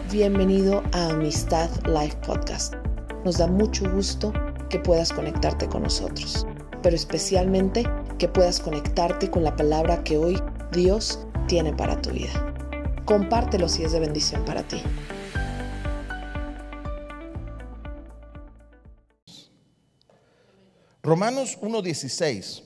Bienvenido a Amistad Life Podcast. Nos da mucho gusto que puedas conectarte con nosotros, pero especialmente que puedas conectarte con la palabra que hoy Dios tiene para tu vida. Compártelo si es de bendición para ti. Romanos 1:16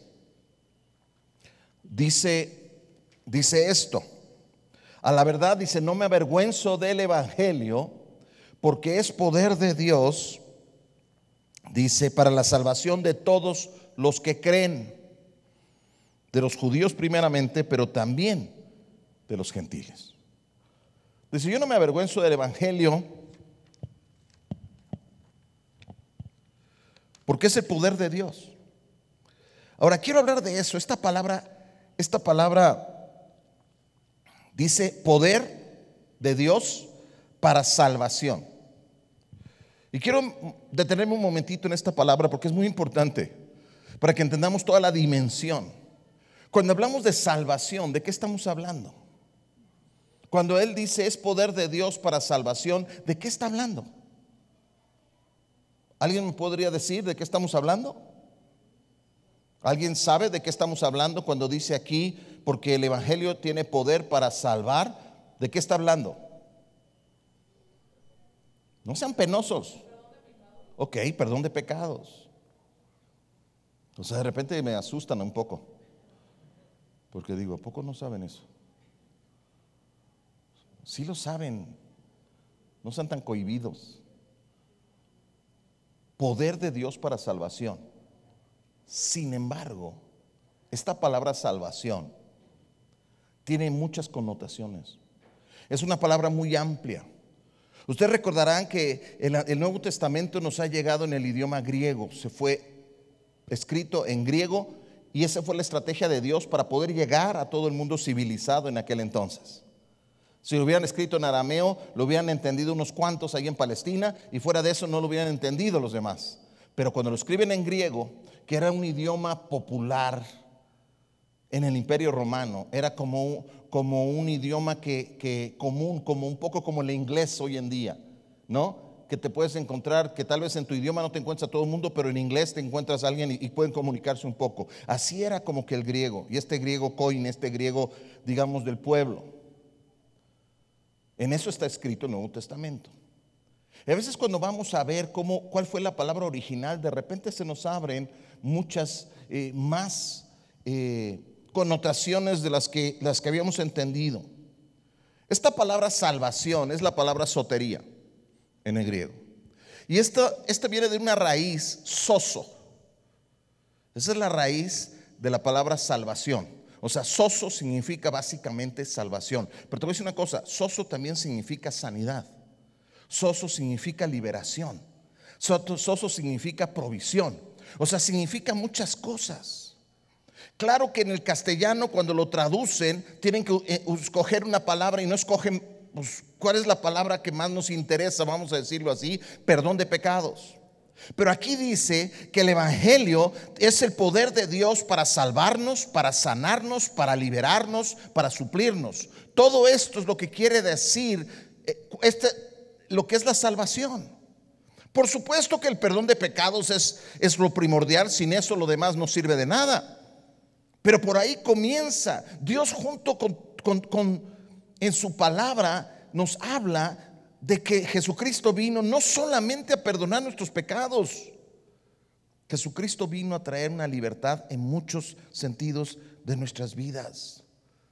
dice esto. A la verdad dice: no me avergüenzo del evangelio, porque es poder de Dios, dice, para la salvación de todos los que creen, de los judíos primeramente, pero también de los gentiles. Dice: yo no me avergüenzo del evangelio, porque es el poder de Dios. Ahora quiero hablar de eso. Esta palabra dice poder de Dios para salvación. Y quiero detenerme un momentito en esta palabra porque es muy importante para que entendamos toda la dimensión. Cuando hablamos de salvación, ¿de qué estamos hablando? Cuando Él dice es poder de Dios para salvación, ¿de qué está hablando? ¿Alguien me podría decir de qué estamos hablando? ¿Alguien sabe de qué estamos hablando cuando dice aquí, porque el evangelio tiene poder para salvar? ¿De qué está hablando? No sean penosos. Ok, perdón de pecados. O sea, de repente me asustan un poco, porque digo, ¿a poco no saben eso? Sí lo saben. No sean tan cohibidos. Poder de Dios para salvación. Sin embargo, esta palabra salvación tiene muchas connotaciones. Es una palabra muy amplia. Ustedes recordarán que el Nuevo Testamento nos ha llegado en el idioma griego. Se fue escrito en griego y esa fue la estrategia de Dios para poder llegar a todo el mundo civilizado en aquel entonces. Si lo hubieran escrito en arameo, lo hubieran entendido unos cuantos ahí en Palestina, y fuera de eso no lo hubieran entendido los demás. Pero cuando lo escriben en griego, que era un idioma popular en el Imperio Romano, era como un idioma que común, como un poco como el inglés hoy en día, ¿no? Que te puedes encontrar, que tal vez en tu idioma no te encuentras a todo el mundo, pero en inglés te encuentras a alguien y pueden comunicarse un poco. Así era como que el griego, y este griego koine, este griego, digamos, del pueblo. En eso está escrito el Nuevo Testamento. Y a veces cuando vamos a ver cuál fue la palabra original, de repente se nos abren muchas más connotaciones de las que habíamos entendido. Esta palabra salvación es la palabra sotería en el griego. Y esta viene de una raíz, soso. Esa es la raíz de la palabra salvación. O sea, soso significa básicamente salvación. Pero te voy a decir una cosa, soso también significa sanidad. Soso significa liberación. Soso significa provisión. O sea, significa muchas cosas. Claro que en el castellano cuando lo traducen tienen que escoger una palabra y no escogen, pues, ¿cuál es la palabra que más nos interesa? Vamos a decirlo así, perdón de pecados. Pero aquí dice que el evangelio es el poder de Dios para salvarnos, para sanarnos, para liberarnos, para suplirnos. Todo esto es lo que quiere decir lo que es la salvación. Por supuesto que el perdón de pecados es lo primordial. Sin eso lo demás no sirve de nada. Pero por ahí comienza. Dios junto en su palabra nos habla de que Jesucristo vino no solamente a perdonar nuestros pecados. Jesucristo vino a traer una libertad en muchos sentidos de nuestras vidas.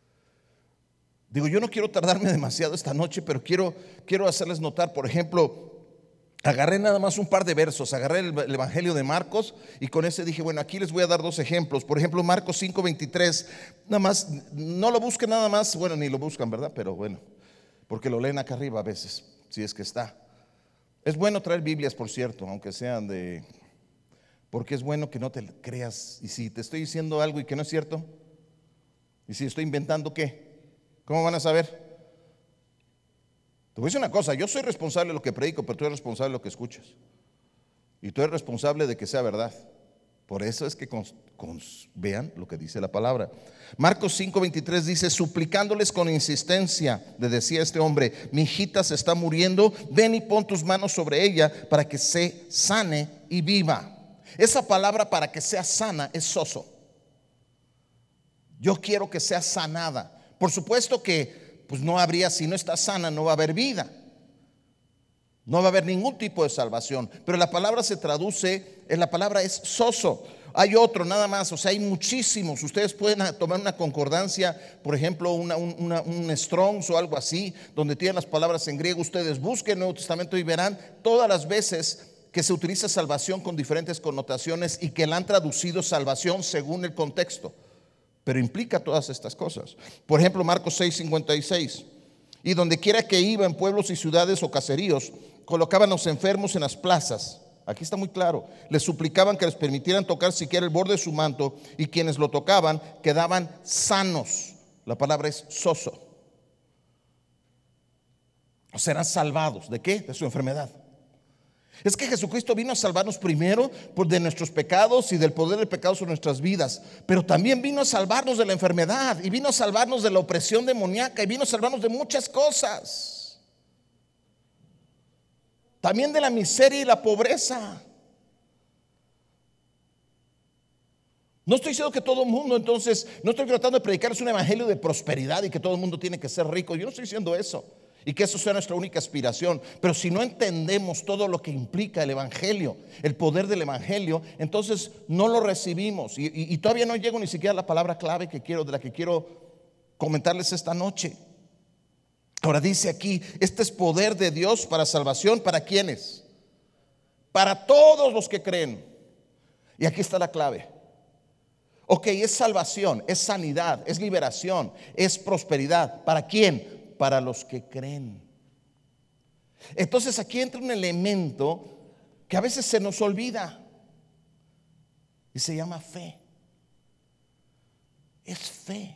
Digo, yo no quiero tardarme demasiado esta noche, pero quiero hacerles notar, por ejemplo, agarré nada más un par de versos, agarré el Evangelio de Marcos y con ese dije, bueno, aquí les voy a dar dos ejemplos. Por ejemplo, Marcos 5:23, nada más, no lo busquen nada más, bueno, ni lo buscan, ¿verdad? Pero bueno, porque lo leen acá arriba a veces, si es que está. Es bueno traer Biblias, por cierto, aunque sean porque es bueno que no te creas. Y si te estoy diciendo algo y que no es cierto, y si estoy inventando, ¿qué? ¿Cómo van a saber? Te voy a decir una cosa, yo soy responsable de lo que predico, pero tú eres responsable de lo que escuchas. Y tú eres responsable de que sea verdad. Por eso es que vean lo que dice la palabra. Marcos 5:23 dice: suplicándoles con insistencia, le decía este hombre: mi hijita se está muriendo, ven y pon tus manos sobre ella para que se sane y viva. Esa palabra para que sea sana es soso. Yo quiero que sea sanada. Por supuesto que pues no habría, si no está sana, no va a haber vida. No va a haber ningún tipo de salvación. Pero la palabra se traduce, la palabra es soso. Hay otro nada más, o sea, hay muchísimos. Ustedes pueden tomar una concordancia, por ejemplo, un Strong's o algo así, donde tienen las palabras en griego. Ustedes busquen el Nuevo Testamento y verán todas las veces que se utiliza salvación con diferentes connotaciones y que la han traducido salvación según el contexto. Pero implica todas estas cosas. Por ejemplo, Marcos 6:56. Y donde quiera que iba, en pueblos y ciudades o caseríos, colocaban a los enfermos en las plazas. Aquí está muy claro. Les suplicaban que les permitieran tocar siquiera el borde de su manto, y quienes lo tocaban quedaban sanos. La palabra es soso. O serán salvados. ¿De qué? De su enfermedad. Es que Jesucristo vino a salvarnos primero de nuestros pecados y del poder del pecado sobre nuestras vidas, pero también vino a salvarnos de la enfermedad, y vino a salvarnos de la opresión demoníaca, y vino a salvarnos de muchas cosas. También de la miseria y la pobreza. No estoy diciendo que todo el mundo, entonces, no estoy tratando de predicar un evangelio de prosperidad y que todo el mundo tiene que ser rico. Yo no estoy diciendo eso, y que eso sea nuestra única aspiración. Pero si no entendemos todo lo que implica el evangelio, el poder del evangelio, entonces no lo recibimos. Y todavía no llego ni siquiera a la palabra clave de la que quiero comentarles esta noche. Ahora dice aquí: este es poder de Dios para salvación. ¿Para quiénes? Para todos los que creen. Y aquí está la clave. Ok, es salvación, es sanidad, es liberación, es prosperidad. ¿Para quién? Para los que creen. Entonces aquí entra un elemento que a veces se nos olvida, y se llama fe. Es fe.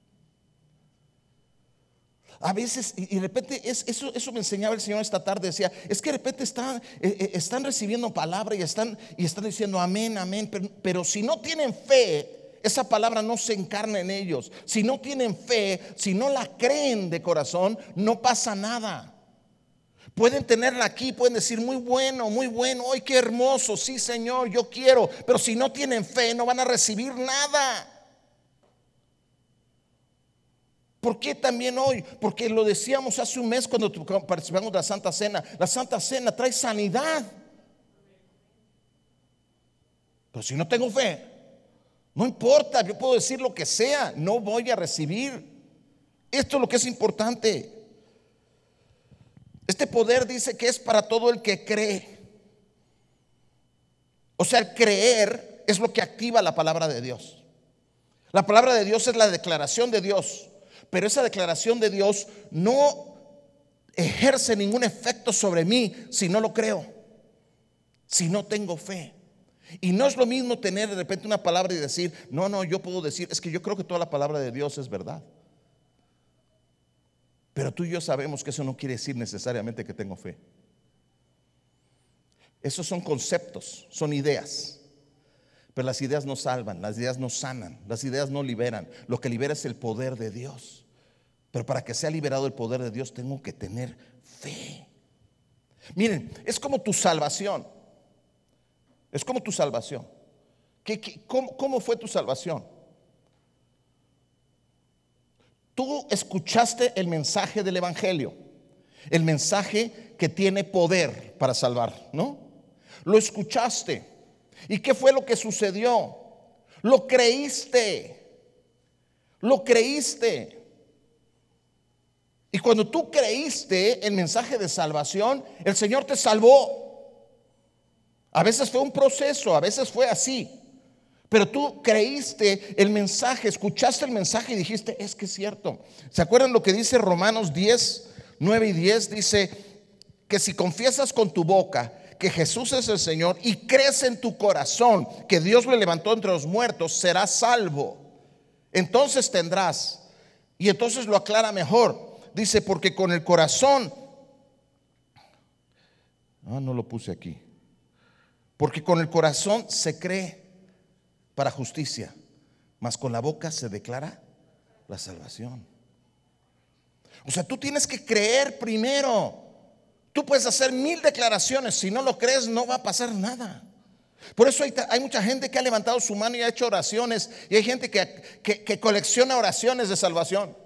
A veces, y de repente, eso me enseñaba el Señor esta tarde. Decía: es que de repente están recibiendo palabra y están diciendo amén, amén, pero si no tienen fe, esa palabra no se encarna en ellos. Si no tienen fe, si no la creen de corazón, no pasa nada. Pueden tenerla aquí, pueden decir muy bueno, ¡ay, qué hermoso! Sí, Señor, yo quiero. Pero si no tienen fe, no van a recibir nada. ¿Por qué también hoy? Porque lo decíamos hace un mes cuando participamos de la Santa Cena. La Santa Cena trae sanidad. Pero si no tengo fe, no importa, yo puedo decir lo que sea, no voy a recibir. Esto es lo que es importante. Este poder dice que es para todo el que cree. O sea, el creer es lo que activa la palabra de Dios. La palabra de Dios es la declaración de Dios, pero esa declaración de Dios no ejerce ningún efecto sobre mí si no lo creo, si no tengo fe. Y no es lo mismo tener de repente una palabra y decir: no, yo puedo decir, es que yo creo que toda la palabra de Dios es verdad. Pero tú y yo sabemos que eso no quiere decir necesariamente que tengo fe. Esos son conceptos, son ideas. Pero las ideas no salvan, las ideas no sanan, las ideas no liberan. Lo que libera es el poder de Dios. Pero para que sea liberado el poder de Dios, tengo que tener fe. Miren, es como tu salvación. Es como tu salvación. ¿Cómo fue tu salvación? Tú escuchaste el mensaje del evangelio, el mensaje que tiene poder para salvar, ¿no? Lo escuchaste. ¿Y qué fue lo que sucedió? Lo creíste. Lo creíste. Y cuando tú creíste el mensaje de salvación, el Señor te salvó. A veces fue un proceso, a veces fue así. Pero tú creíste el mensaje, escuchaste el mensaje y dijiste: es que es cierto. ¿Se acuerdan lo que dice Romanos 10, 9 y 10? Dice que si confiesas con tu boca que Jesús es el Señor y crees en tu corazón que Dios le levantó entre los muertos, serás salvo. Entonces tendrás. Y entonces lo aclara mejor. Dice: porque con el corazón, no lo puse aquí. Porque con el corazón se cree para justicia, mas con la boca se declara la salvación. O sea, tú tienes que creer primero. Tú puedes hacer 1000 declaraciones, si no lo crees no va a pasar nada. Por eso hay mucha gente que ha levantado su mano y ha hecho oraciones, y hay gente que colecciona oraciones de salvación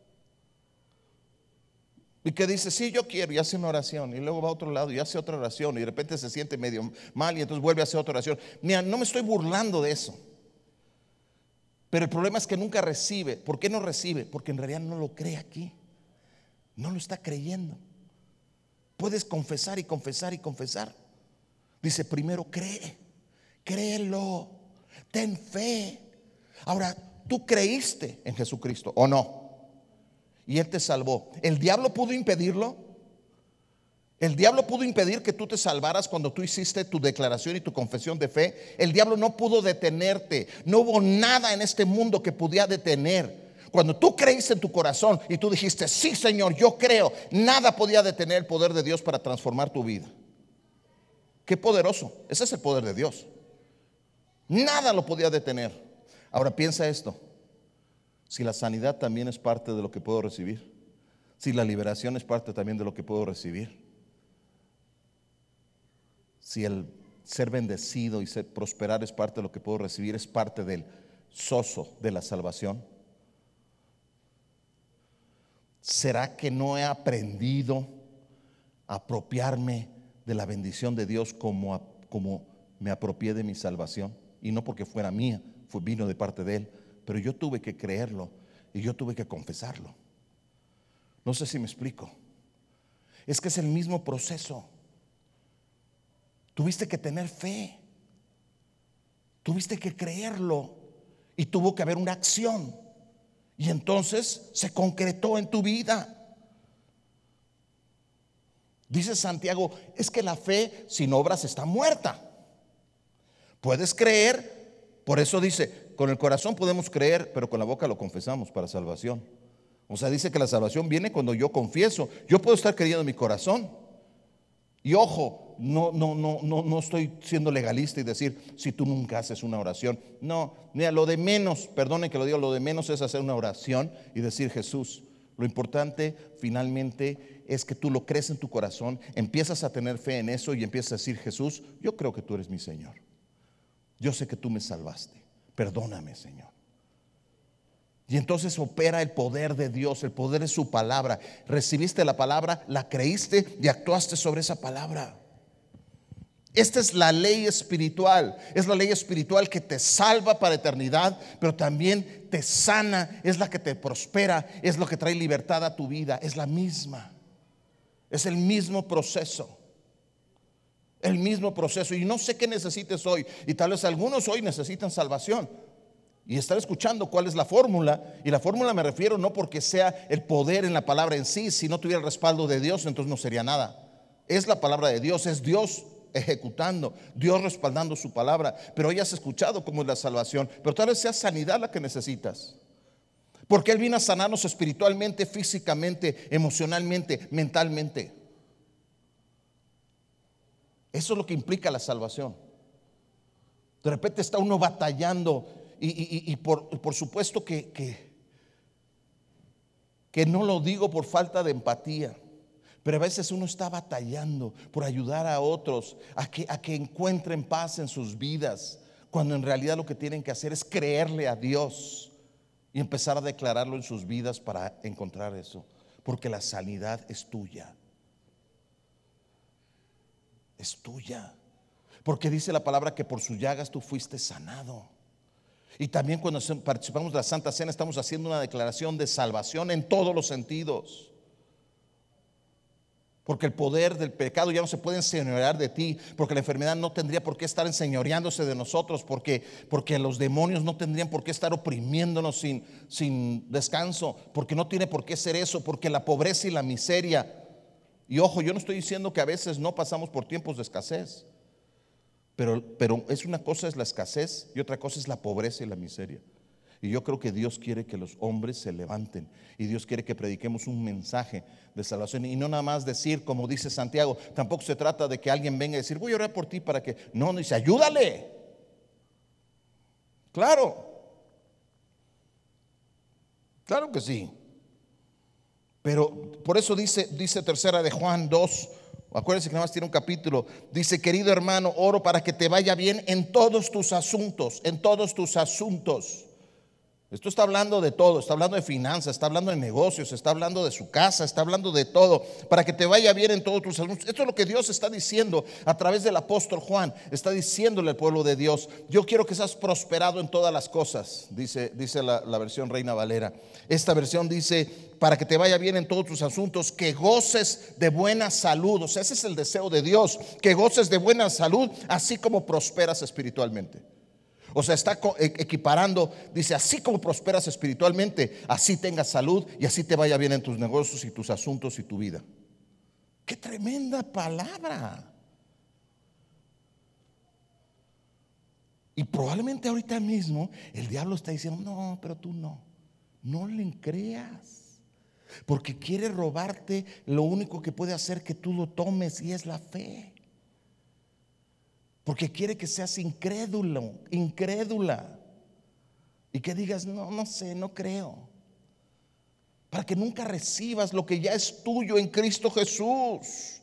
y que dice, sí, yo quiero, y hace una oración, y luego va a otro lado y hace otra oración, y de repente se siente medio mal y entonces vuelve a hacer otra oración. Mira, no me estoy burlando de eso, pero el problema es que nunca recibe. ¿Por qué no recibe? Porque en realidad no lo cree aquí, no lo está creyendo. Puedes confesar y confesar y confesar. Dice, primero créelo, ten fe. Ahora, ¿tú creíste en Jesucristo o no? Y Él te salvó. ¿El diablo pudo impedirlo? ¿El diablo pudo impedir que tú te salvaras cuando tú hiciste tu declaración y tu confesión de fe? El diablo no pudo detenerte. No hubo nada en este mundo que pudiera detener. Cuando tú creíste en tu corazón y tú dijiste, sí, Señor, yo creo, nada podía detener el poder de Dios para transformar tu vida. Qué poderoso. Ese es el poder de Dios. Nada lo podía detener. Ahora piensa esto. Si la sanidad también es parte de lo que puedo recibir, si la liberación es parte también de lo que puedo recibir, si el ser bendecido y prosperar es parte de lo que puedo recibir, es parte del sozo de la salvación, ¿será que no he aprendido a apropiarme de la bendición de Dios como me apropié de mi salvación? Y no porque fuera mía, vino de parte de Él, pero yo tuve que creerlo y yo tuve que confesarlo. No sé si me explico. Es que es el mismo proceso. Tuviste que tener fe, tuviste que creerlo y tuvo que haber una acción, y entonces se concretó en tu vida. Dice Santiago, es que la fe sin obras está muerta. Puedes creer. Por eso dice, con el corazón podemos creer, pero con la boca lo confesamos para salvación. O sea, dice que la salvación viene cuando yo confieso. Yo puedo estar creyendo en mi corazón. Y ojo, no estoy siendo legalista y decir, si tú nunca haces una oración. No, mira, lo de menos, perdone que lo diga, lo de menos es hacer una oración y decir Jesús. Lo importante finalmente es que tú lo crees en tu corazón, empiezas a tener fe en eso y empiezas a decir, Jesús, yo creo que tú eres mi Señor. Yo sé que tú me salvaste, perdóname, Señor. Y entonces opera el poder de Dios, el poder de su palabra. Recibiste la palabra, la creíste y actuaste sobre esa palabra. Esta es la ley espiritual. Es la ley espiritual que te salva para eternidad, pero también te sana, es la que te prospera, es lo que trae libertad a tu vida. Es la misma. Es el mismo proceso. El mismo proceso. Y no sé qué necesites hoy. Y tal vez algunos hoy necesitan salvación y estar escuchando cuál es la fórmula. Y la fórmula me refiero no porque sea el poder en la palabra en sí. Si no tuviera el respaldo de Dios, entonces no sería nada. Es la palabra de Dios, es Dios ejecutando, Dios respaldando su palabra. Pero hoy has escuchado cómo es la salvación, pero tal vez sea sanidad la que necesitas, porque Él vino a sanarnos espiritualmente, físicamente, emocionalmente, mentalmente. Eso es lo que implica la salvación. De repente está uno batallando y por supuesto que no lo digo por falta de empatía, pero a veces uno está batallando por ayudar a otros a que encuentren paz en sus vidas, cuando en realidad lo que tienen que hacer es creerle a Dios y empezar a declararlo en sus vidas para encontrar eso, porque la sanidad es tuya. Es tuya, porque dice la palabra que por sus llagas tú fuiste sanado. Y también cuando participamos de la Santa Cena estamos haciendo una declaración de salvación en todos los sentidos, porque el poder del pecado ya no se puede enseñorear de ti, porque la enfermedad no tendría por qué estar enseñoreándose de nosotros, porque los demonios no tendrían por qué estar oprimiéndonos sin descanso, porque no tiene por qué ser eso, porque la pobreza y la miseria. Y ojo, yo no estoy diciendo que a veces no pasamos por tiempos de escasez, pero es una cosa es la escasez y otra cosa es la pobreza y la miseria. Y yo creo que Dios quiere que los hombres se levanten, y Dios quiere que prediquemos un mensaje de salvación, y no nada más decir, como dice Santiago, tampoco se trata de que alguien venga a decir, voy a orar por ti para que, no, dice, ayúdale, Claro, claro que sí. Pero por eso dice tercera de Juan 2, acuérdense que nada más tiene un capítulo. Dice: querido hermano, oro para que te vaya bien en todos tus asuntos, en todos tus asuntos. Esto está hablando de todo, está hablando de finanzas, está hablando de negocios, está hablando de su casa, está hablando de todo, para que te vaya bien en todos tus asuntos. Esto es lo que Dios está diciendo a través del apóstol Juan. Está diciéndole al pueblo de Dios: yo quiero que seas prosperado en todas las cosas, dice la versión Reina Valera. Esta versión dice: para que te vaya bien en todos tus asuntos, que goces de buena salud. O sea, ese es el deseo de Dios, que goces de buena salud, así como prosperas espiritualmente. O sea, está equiparando, dice: así como prosperas espiritualmente, así tengas salud y así te vaya bien en tus negocios y tus asuntos y tu vida. ¡Qué tremenda palabra! Y probablemente ahorita mismo el diablo está diciendo: no, pero tú no le creas, porque quiere robarte lo único que puede hacer que tú lo tomes, y es la fe. Porque quiere que seas incrédulo, incrédula, y que digas: no sé, no creo. Para que nunca recibas lo que ya es tuyo en Cristo Jesús.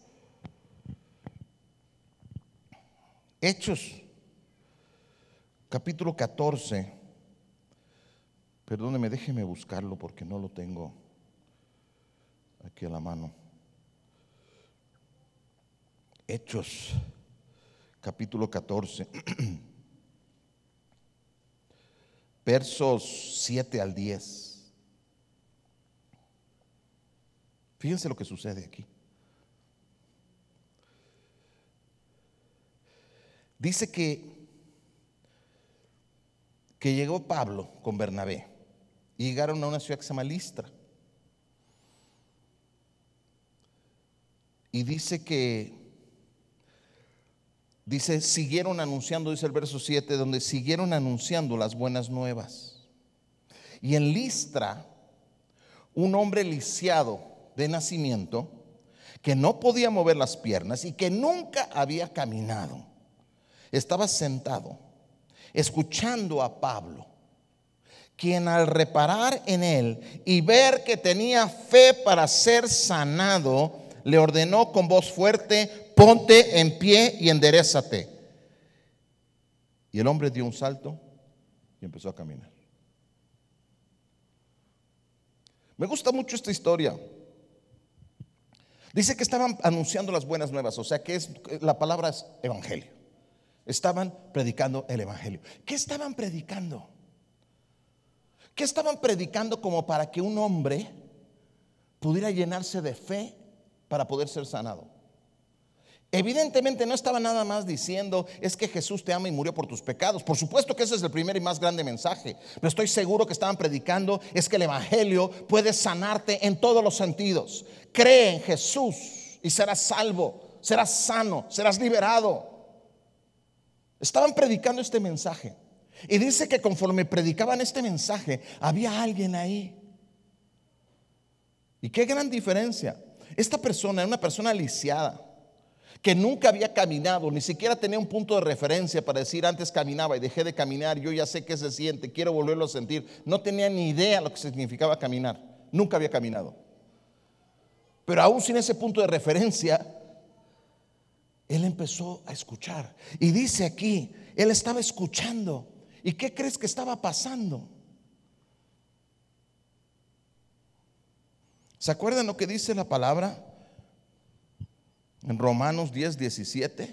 Hechos, capítulo 14. Perdóneme, déjeme buscarlo porque no lo tengo aquí a la mano. Hechos, capítulo 14, versos 7 al 10. Fíjense lo que sucede aquí. Dice que llegó Pablo con Bernabé y llegaron a una ciudad que se llama Listra. Y siguieron anunciando, dice el verso 7, donde siguieron anunciando las buenas nuevas. Y en Listra, un hombre lisiado de nacimiento, que no podía mover las piernas y que nunca había caminado, estaba sentado escuchando a Pablo, quien al reparar en él y ver que tenía fe para ser sanado, le ordenó con voz fuerte: ponte en pie y enderézate. Y el hombre dio un salto y empezó a caminar. Me gusta mucho esta historia. Dice que estaban anunciando las buenas nuevas, o sea que la palabra es evangelio. Estaban predicando el evangelio. ¿Qué estaban predicando? ¿Qué estaban predicando como para que un hombre pudiera llenarse de fe para poder ser sanado? Evidentemente no estaba nada más diciendo: es que Jesús te ama y murió por tus pecados. Por supuesto que ese es el primer y más grande mensaje, pero estoy seguro que estaban predicando es que el evangelio puede sanarte en todos los sentidos. Cree en Jesús y serás salvo, serás sano, serás liberado. Estaban predicando este mensaje. Y dice que conforme predicaban este mensaje, había alguien ahí. Y qué gran diferencia. Esta persona era una persona lisiada, que nunca había caminado, ni siquiera tenía un punto de referencia para decir: antes caminaba y dejé de caminar, yo ya sé qué se siente, quiero volverlo a sentir. No tenía ni idea lo que significaba caminar, nunca había caminado. Pero aún sin ese punto de referencia, él empezó a escuchar. Y dice aquí, él estaba escuchando. ¿Y qué crees que estaba pasando? ¿Se acuerdan lo que dice la palabra en Romanos 10:17?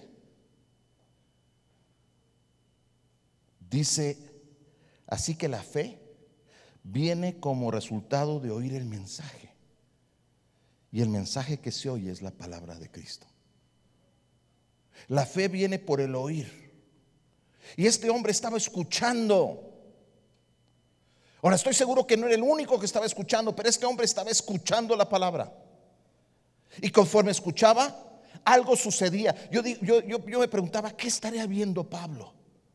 Dice: así que la fe viene como resultado de oír el mensaje, y el mensaje que se oye es la palabra de Cristo. La fe viene por el oír. Y este hombre estaba escuchando. Ahora, estoy seguro que no era el único que estaba escuchando, pero este hombre estaba escuchando la palabra. Y conforme escuchaba, algo sucedía. Yo me preguntaba: ¿qué estaría viendo Pablo?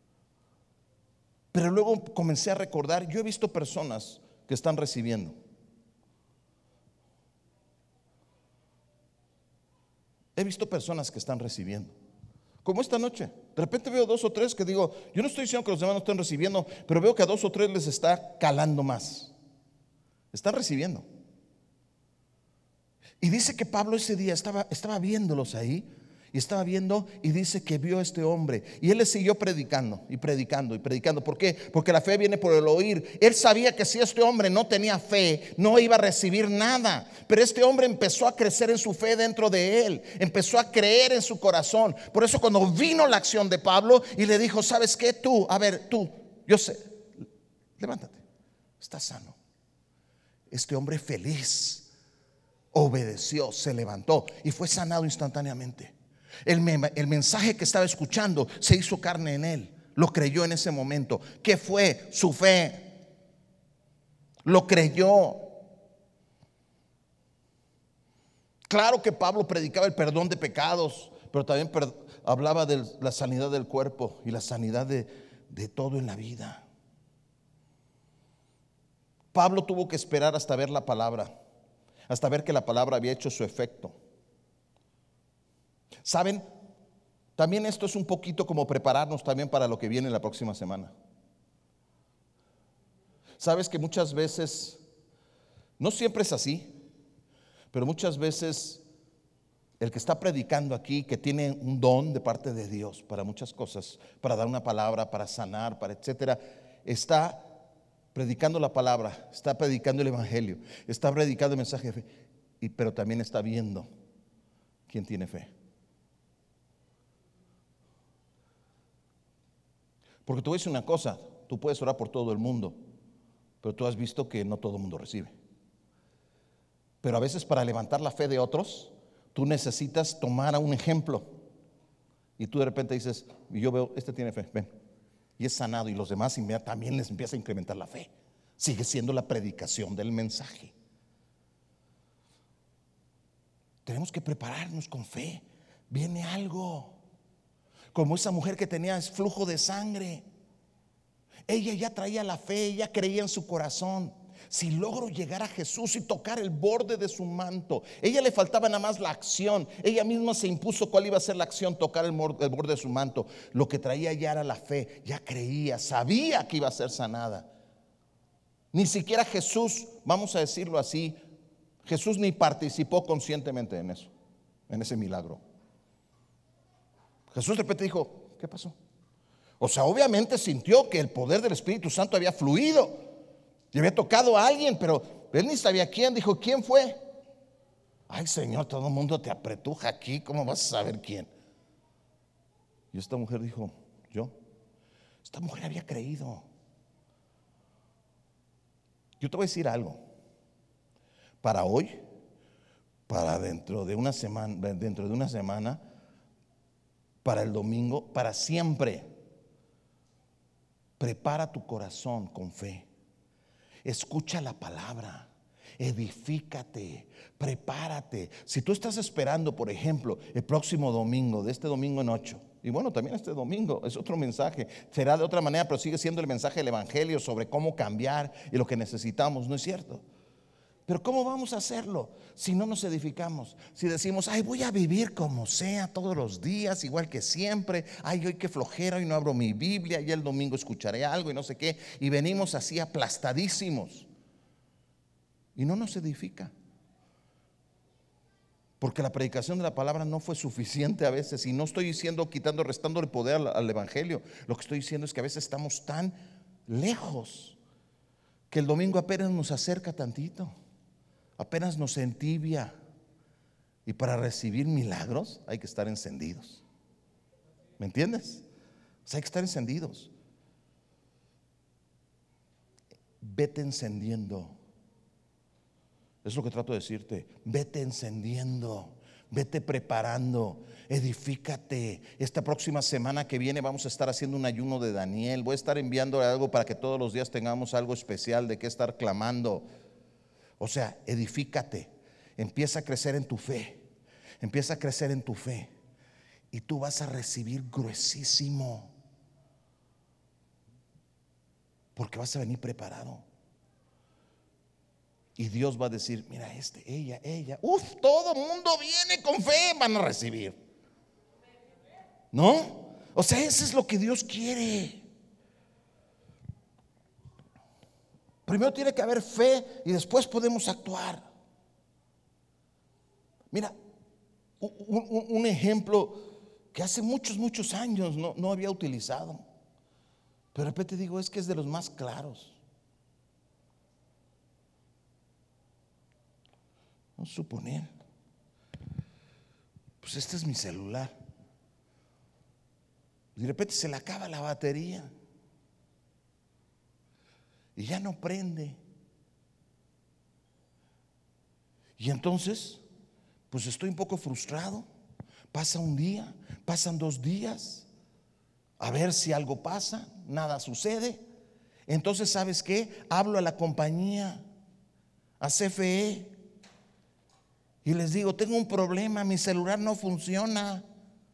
Pero luego comencé a recordar: yo he visto personas que están recibiendo. He visto personas que están recibiendo. Como esta noche. De repente veo 2 o 3 que digo, yo no estoy diciendo que los demás no estén recibiendo, pero veo que a 2 o 3 les está calando más. Están recibiendo. Y dice que Pablo ese día estaba viéndolos ahí. Y estaba viendo y dice que vio a este hombre. Y él le siguió predicando y predicando y predicando. ¿Por qué? Porque la fe viene por el oír. Él sabía que si este hombre no tenía fe, no iba a recibir nada. Pero este hombre empezó a crecer en su fe dentro de él. Empezó a creer en su corazón. Por eso cuando vino la acción de Pablo y le dijo, ¿sabes qué? Tú, yo sé, levántate, estás sano. Este hombre feliz obedeció, se levantó y fue sanado instantáneamente. El mensaje que estaba escuchando se hizo carne en él. Lo creyó en ese momento. ¿Qué fue? Su fe. Lo creyó. Claro que Pablo predicaba el perdón de pecados, pero también hablaba de la sanidad del cuerpo y la sanidad de todo en la vida. Pablo tuvo que esperar hasta ver la palabra, hasta ver que la palabra había hecho su efecto. ¿Saben? También esto es un poquito como prepararnos también para lo que viene la próxima semana. Sabes que muchas veces, no siempre es así, pero muchas veces el que está predicando aquí, que tiene un don de parte de Dios para muchas cosas, para dar una palabra, para sanar, para etcétera, está predicando la palabra, está predicando el evangelio, está predicando el mensaje de fe, pero también está viendo quién tiene fe. Porque te voy a decir una cosa, tú puedes orar por todo el mundo, pero tú has visto que no todo el mundo recibe. Pero a veces para levantar la fe de otros, tú necesitas tomar a un ejemplo. Y tú de repente dices, y yo veo, este tiene fe, ven. Y es sanado, y los demás también les empieza a incrementar la fe. Sigue siendo la predicación del mensaje. Tenemos que prepararnos con fe. Viene algo. Como esa mujer que tenía flujo de sangre. Ella ya traía la fe, ella creía en su corazón. Si logro llegar a Jesús y tocar el borde de su manto, ella le faltaba nada más la acción. Ella misma se impuso cuál iba a ser la acción, tocar el borde de su manto. Lo que traía ya era la fe, ya creía, sabía que iba a ser sanada. Ni siquiera Jesús, vamos a decirlo así, Jesús ni participó conscientemente en eso, en ese milagro. Jesús de repente dijo, ¿qué pasó? O sea, obviamente sintió que el poder del Espíritu Santo había fluido y había tocado a alguien, pero él ni sabía quién. Dijo, ¿quién fue? Ay, Señor, todo el mundo te apretuja aquí, ¿cómo vas a saber quién? Y esta mujer dijo, yo. Esta mujer había creído. Yo te voy a decir algo. Para hoy, para dentro de una semana, para el domingo, para siempre, prepara tu corazón con fe. Escucha la palabra, edifícate, prepárate. Si tú estás esperando, por ejemplo, el próximo domingo, de este domingo en 8, y bueno, también este domingo es otro mensaje, será de otra manera, pero sigue siendo el mensaje del evangelio sobre cómo cambiar y lo que necesitamos, ¿no es cierto? Pero ¿cómo vamos a hacerlo si no nos edificamos? Si decimos, ay, voy a vivir como sea todos los días, igual que siempre. Ay, hoy qué flojera, hoy no abro mi Biblia, ya el domingo escucharé algo y no sé qué. Y venimos así aplastadísimos. Y no nos edifica. Porque la predicación de la palabra no fue suficiente a veces. Y no estoy diciendo, quitando, restándole poder al evangelio. Lo que estoy diciendo es que a veces estamos tan lejos que el domingo apenas nos acerca tantito. Apenas nos entibia. Y para recibir milagros hay que estar encendidos. ¿Me entiendes? O sea, hay que estar encendidos. Vete encendiendo. Es lo que trato de decirte. Vete encendiendo. Vete preparando. Edifícate. Esta próxima semana que viene vamos a estar haciendo un ayuno de Daniel. Voy a estar enviando algo para que todos los días tengamos algo especial de qué estar clamando. O sea, edifícate, empieza a crecer en tu fe, empieza a crecer en tu fe y tú vas a recibir gruesísimo, porque vas a venir preparado. Y Dios va a decir, mira ella, todo mundo viene con fe, van a recibir. ¿No? O sea, eso es lo que Dios quiere. Primero tiene que haber fe y después podemos actuar. Mira, un ejemplo que hace muchos años no había utilizado, pero de repente digo, es que es de los más claros. Vamos a suponer, pues este es mi celular. De repente se le acaba la batería y ya no prende. Y entonces, pues estoy un poco frustrado. Pasa un día, pasan 2 días, a ver si algo pasa, nada sucede. Entonces, ¿sabes qué? Hablo a la compañía, a CFE, y les digo, tengo un problema, mi celular no funciona.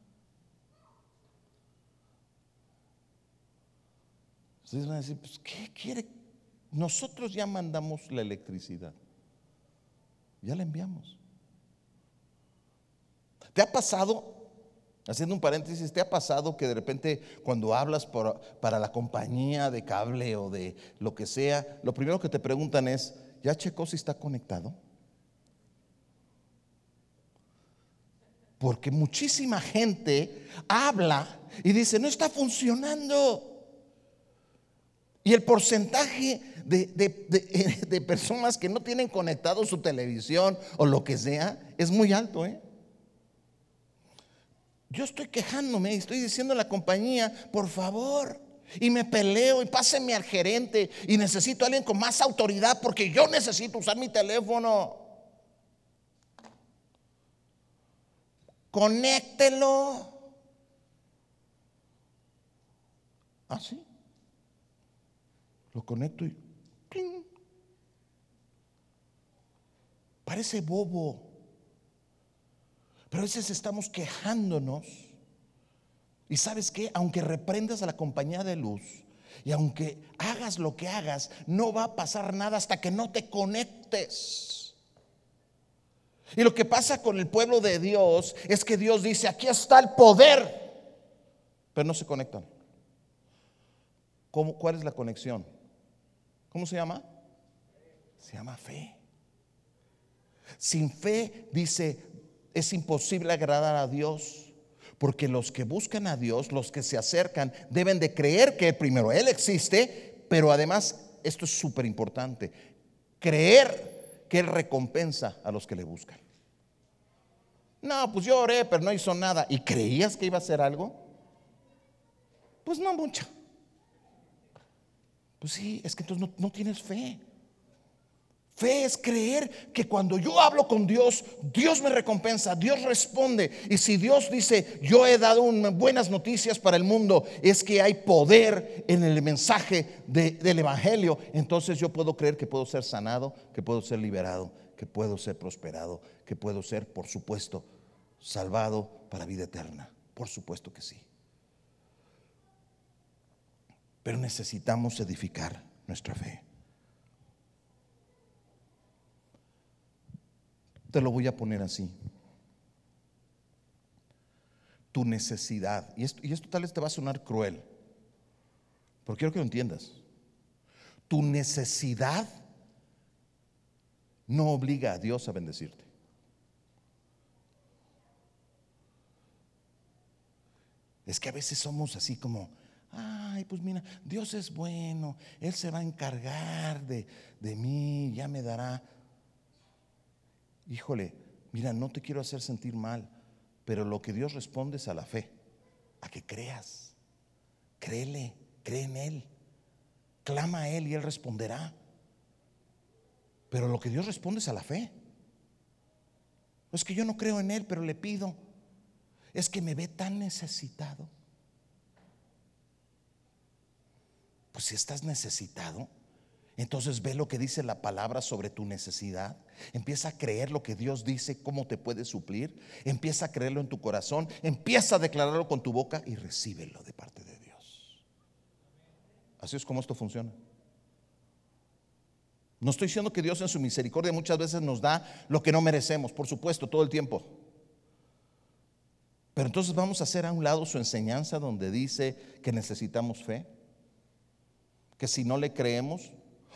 Ustedes van a decir, pues, ¿qué quiere? Nosotros ya mandamos la electricidad, ya la enviamos. ¿Te ha pasado, haciendo un paréntesis, te ha pasado que de repente cuando hablas para la compañía de cable o de lo que sea, lo primero que te preguntan es, ¿ya checó si está conectado? Porque muchísima gente habla y dice, no está funcionando. Y el porcentaje de personas que no tienen conectado su televisión o lo que sea es muy alto, ¿eh? Yo estoy quejándome y estoy diciendo a la compañía, por favor, y me peleo y pásenme al gerente y necesito a alguien con más autoridad porque yo necesito usar mi teléfono. Conéctelo. ¿Ah, sí? Lo conecto y ¡ping! Parece bobo, pero a veces estamos quejándonos. Y ¿sabes qué? Aunque reprendas a la compañía de luz y aunque hagas lo que hagas, no va a pasar nada hasta que no te conectes. Y lo que pasa con el pueblo de Dios es que Dios dice, aquí está el poder, pero no se conectan. ¿Cuál es la conexión? ¿Cómo se llama? Se llama fe. Sin fe, dice, es imposible agradar a Dios, porque los que buscan a Dios, los que se acercan, deben de creer que primero Él existe, pero además, esto es súper importante, creer que Él recompensa a los que le buscan. No, pues yo oré, pero no hizo nada. ¿Y creías que iba a hacer algo? Pues no mucho. Pues sí, es que entonces no tienes fe. Fe es creer que cuando yo hablo con Dios, Dios me recompensa, Dios responde. Y si Dios dice, yo he dado buenas noticias para el mundo, es que hay poder en el mensaje del evangelio. Entonces yo puedo creer que puedo ser sanado, que puedo ser liberado, que puedo ser prosperado, que puedo ser, por supuesto, salvado para vida eterna. Por supuesto que sí. Pero necesitamos edificar nuestra fe. Te lo voy a poner así. Tu necesidad, y esto tal vez te va a sonar cruel, pero quiero que lo entiendas. Tu necesidad no obliga a Dios a bendecirte. Es que a veces somos así como, ay, pues mira, Dios es bueno, Él se va a encargar de mí, ya me dará. Híjole, mira, no te quiero hacer sentir mal, pero lo que Dios responde es a la fe, a que creas. Créele, cree en Él, clama a Él y Él responderá. Pero lo que Dios responde es a la fe. Es que yo no creo en Él, pero le pido. Es que me ve tan necesitado. Pues si estás necesitado, entonces ve lo que dice la palabra sobre tu necesidad. Empieza a creer lo que Dios dice, cómo te puede suplir. Empieza a creerlo en tu corazón. Empieza a declararlo con tu boca y recíbelo de parte de Dios. Así es como esto funciona. No estoy diciendo que Dios en su misericordia muchas veces nos da lo que no merecemos, por supuesto, todo el tiempo. Pero entonces vamos a hacer a un lado su enseñanza donde dice que necesitamos fe, que si no le creemos,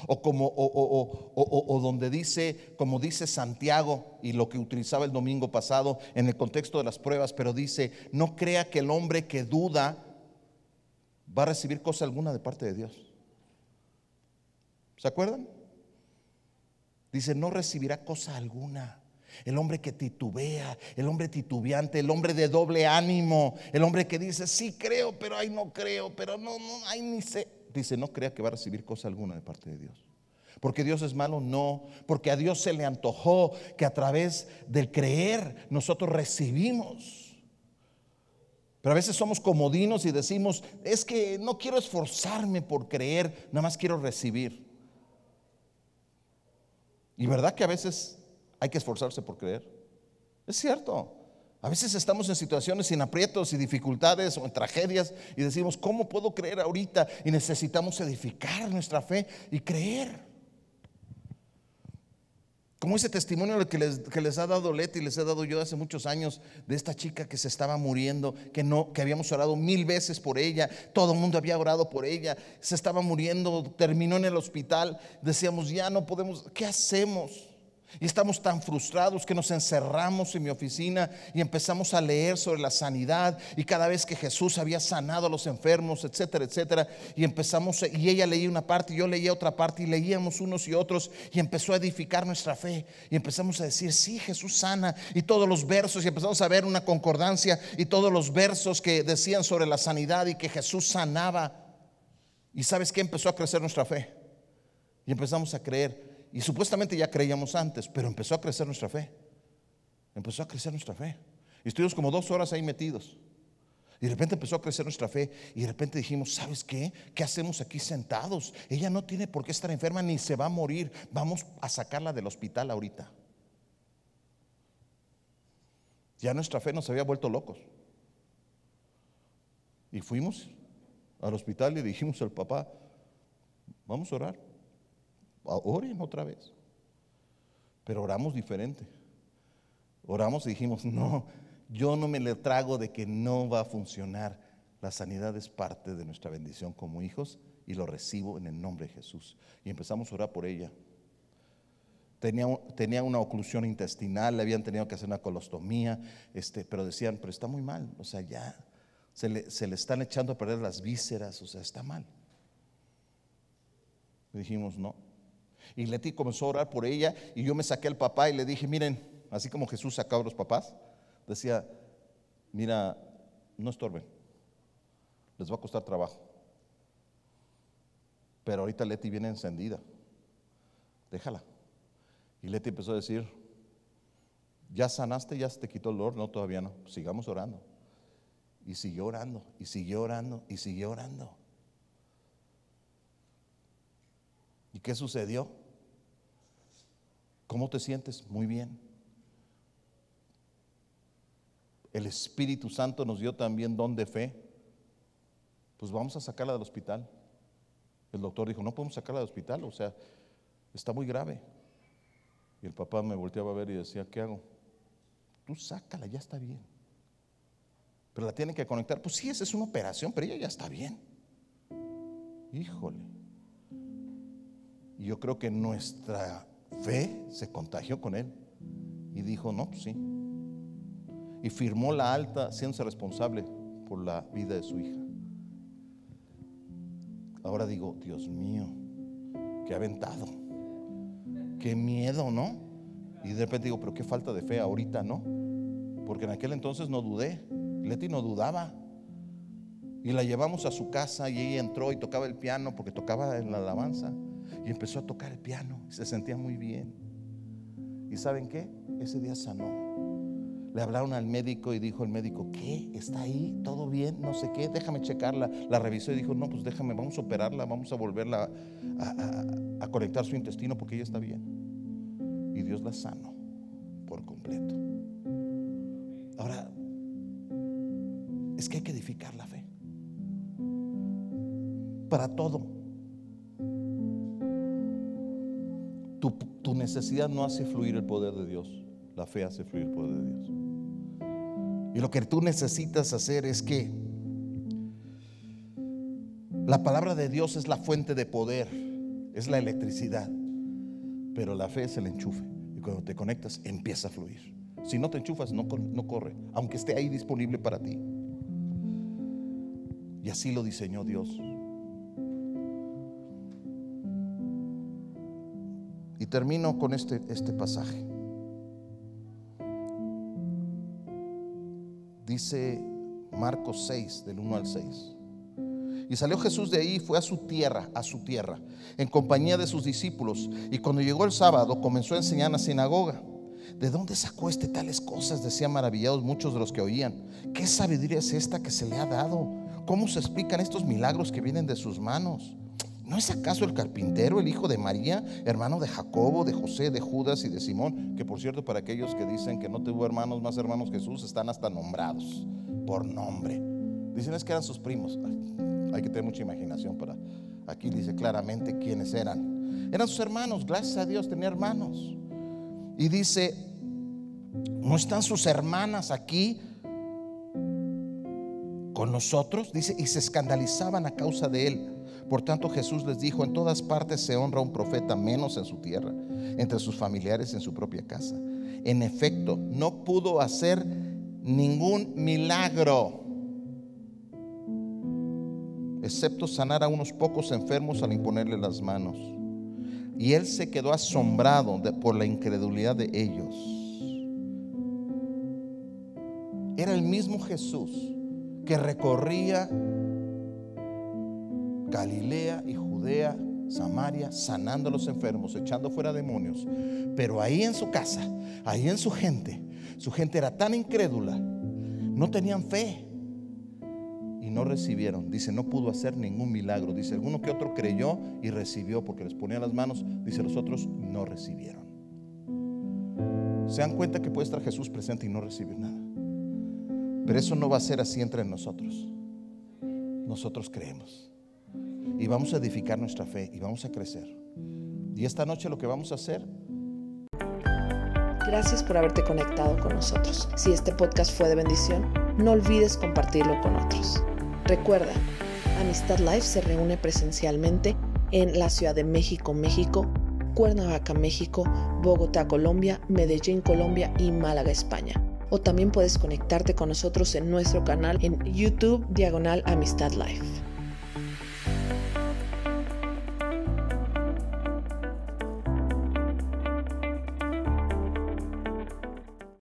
o donde dice, como dice Santiago, y lo que utilizaba el domingo pasado en el contexto de las pruebas, pero dice, no crea que el hombre que duda va a recibir cosa alguna de parte de Dios. ¿Se acuerdan? Dice, no recibirá cosa alguna. El hombre que titubea, el hombre titubeante, el hombre de doble ánimo, el hombre que dice, sí creo, pero ay no creo, pero no, ay ni sé. Dice, no crea que va a recibir cosa alguna de parte de Dios. ¿Porque Dios es malo? No. Porque a Dios se le antojó que a través del creer nosotros recibimos. Pero a veces somos comodinos y decimos, es que no quiero esforzarme por creer, nada más quiero recibir. Y verdad que a veces hay que esforzarse por creer. Es cierto. A veces estamos en situaciones sin aprietos y dificultades o en tragedias y decimos, ¿cómo puedo creer ahorita? Y necesitamos edificar nuestra fe y creer. Como ese testimonio que les ha dado Leti y les he dado yo hace muchos años, de esta chica que se estaba muriendo, que habíamos orado 1000 veces por ella, todo el mundo había orado por ella, se estaba muriendo, terminó en el hospital, decíamos, ya no podemos, ¿qué hacemos? Y estamos tan frustrados que nos encerramos en mi oficina y empezamos a leer sobre la sanidad y cada vez que Jesús había sanado a los enfermos, etcétera, etcétera, y empezamos, y ella leía una parte y yo leía otra parte y leíamos unos y otros y empezó a edificar nuestra fe y empezamos a decir, sí, Jesús sana, y todos los versos, y empezamos a ver una concordancia y todos los versos que decían sobre la sanidad y que Jesús sanaba. Y ¿sabes qué? Empezó a crecer nuestra fe y empezamos a creer. Y supuestamente ya creíamos antes, pero empezó a crecer nuestra fe. Empezó a crecer nuestra fe. Y estuvimos como 2 horas ahí metidos. Y de repente empezó a crecer nuestra fe. Y de repente dijimos, ¿sabes qué? ¿Qué hacemos aquí sentados? Ella no tiene por qué estar enferma ni se va a morir. Vamos a sacarla del hospital ahorita. Ya nuestra fe nos había vuelto locos. Y fuimos al hospital y dijimos al papá, vamos a orar. Oren otra vez. Pero oramos diferente. Oramos y dijimos, no, yo no me le trago de que no va a funcionar. La sanidad es parte de nuestra bendición como hijos y lo recibo en el nombre de Jesús. Y empezamos a orar por ella. Tenía una oclusión intestinal, le habían tenido que hacer una colostomía, pero decían, pero está muy mal, o sea, ya se le están echando a perder las vísceras, o sea, está mal. Y dijimos, no. Y Leti comenzó a orar por ella y yo me saqué al papá y le dije, miren, así como Jesús sacaba a los papás, decía, mira, no estorben, les va a costar trabajo. Pero ahorita Leti viene encendida, déjala. Y Leti empezó a decir, ¿ya sanaste? ¿Ya se te quitó el dolor? No, todavía no, sigamos orando. Y siguió orando, y siguió orando, y siguió orando. ¿Y qué sucedió? ¿Cómo te sientes? Muy bien. El Espíritu Santo nos dio también don de fe. Pues vamos a sacarla del hospital. El doctor dijo, no podemos sacarla del hospital, o sea, está muy grave. Y el papá me volteaba a ver y decía, ¿qué hago? Tú sácala, ya está bien. Pero la tienen que conectar. Pues sí, esa es una operación, pero ella ya está bien. Híjole. Y yo creo que nuestra fe se contagió con él y dijo, no, pues sí. Y firmó la alta haciéndose responsable por la vida de su hija. Ahora digo, Dios mío, qué aventado, qué miedo, ¿no? Y de repente digo, pero qué falta de fe ahorita, ¿no? Porque en aquel entonces no dudé. Leti no dudaba. Y la llevamos a su casa y ella entró y tocaba el piano porque tocaba en la alabanza. Y empezó a tocar el piano y se sentía muy bien. ¿Y saben qué? Ese día sanó. Le hablaron al médico y dijo el médico, ¿qué? ¿Está ahí? ¿Todo bien? No sé qué, déjame checarla. La revisó y dijo, no, pues déjame, vamos a operarla, vamos a volverla a conectar su intestino porque ella está bien. Y Dios la sanó por completo. Ahora, es que hay que edificar la fe. Para todo. Tu necesidad no hace fluir el poder de Dios. La fe hace fluir el poder de Dios. Y lo que tú necesitas hacer es que la palabra de Dios es la fuente de poder, es la electricidad, pero la fe es el enchufe. Y cuando te conectas empieza a fluir. Si no te enchufas, no corre, aunque esté ahí disponible para ti. Y así lo diseñó Dios. Y termino con este pasaje. Dice Marcos 6, del 1 al 6. Y salió Jesús de ahí y fue a su tierra, en compañía de sus discípulos. Y cuando llegó el sábado, comenzó a enseñar en la sinagoga. ¿De dónde sacó tales cosas?, decían maravillados muchos de los que oían. ¿Qué sabiduría es esta que se le ha dado? ¿Cómo se explican estos milagros que vienen de sus manos? ¿No es acaso el carpintero, el hijo de María, hermano de Jacobo, de José, de Judas y de Simón? Que por cierto, para aquellos que dicen que no tuvo hermanos, más hermanos Jesús, están hasta nombrados por nombre. Dicen es que eran sus primos. Hay que tener mucha imaginación para. Aquí dice claramente quiénes eran. Eran sus hermanos, gracias a Dios tenía hermanos. Y dice, ¿no están sus hermanas aquí con nosotros? Dice, y se escandalizaban a causa de él. Por tanto Jesús les dijo, en todas partes se honra a un profeta, menos en su tierra, entre sus familiares, en su propia casa. En efecto, no pudo hacer ningún milagro, excepto sanar a unos pocos enfermos al imponerle las manos. Y él se quedó asombrado por la incredulidad de ellos. Era el mismo Jesús que recorría Galilea y Judea, Samaria, sanando a los enfermos, echando fuera demonios. Pero ahí en su casa, ahí en su gente era tan incrédula, no tenían fe y no recibieron. Dice, no pudo hacer ningún milagro. Dice, alguno que otro creyó y recibió porque les ponía las manos. Dice, los otros no recibieron. Se dan cuenta que puede estar Jesús presente y no recibir nada. Pero eso no va a ser así entre nosotros. Nosotros creemos y vamos a edificar nuestra fe y vamos a crecer. Y esta noche lo que vamos a hacer. Gracias por haberte conectado con nosotros. Si este podcast fue de bendición, no olvides compartirlo con otros. Recuerda, Amistad Life se reúne presencialmente en la Ciudad de México, Cuernavaca, México, Bogotá, Colombia, Medellín, Colombia y Málaga, España. O también puedes conectarte con nosotros en nuestro canal en YouTube /Amistad Life.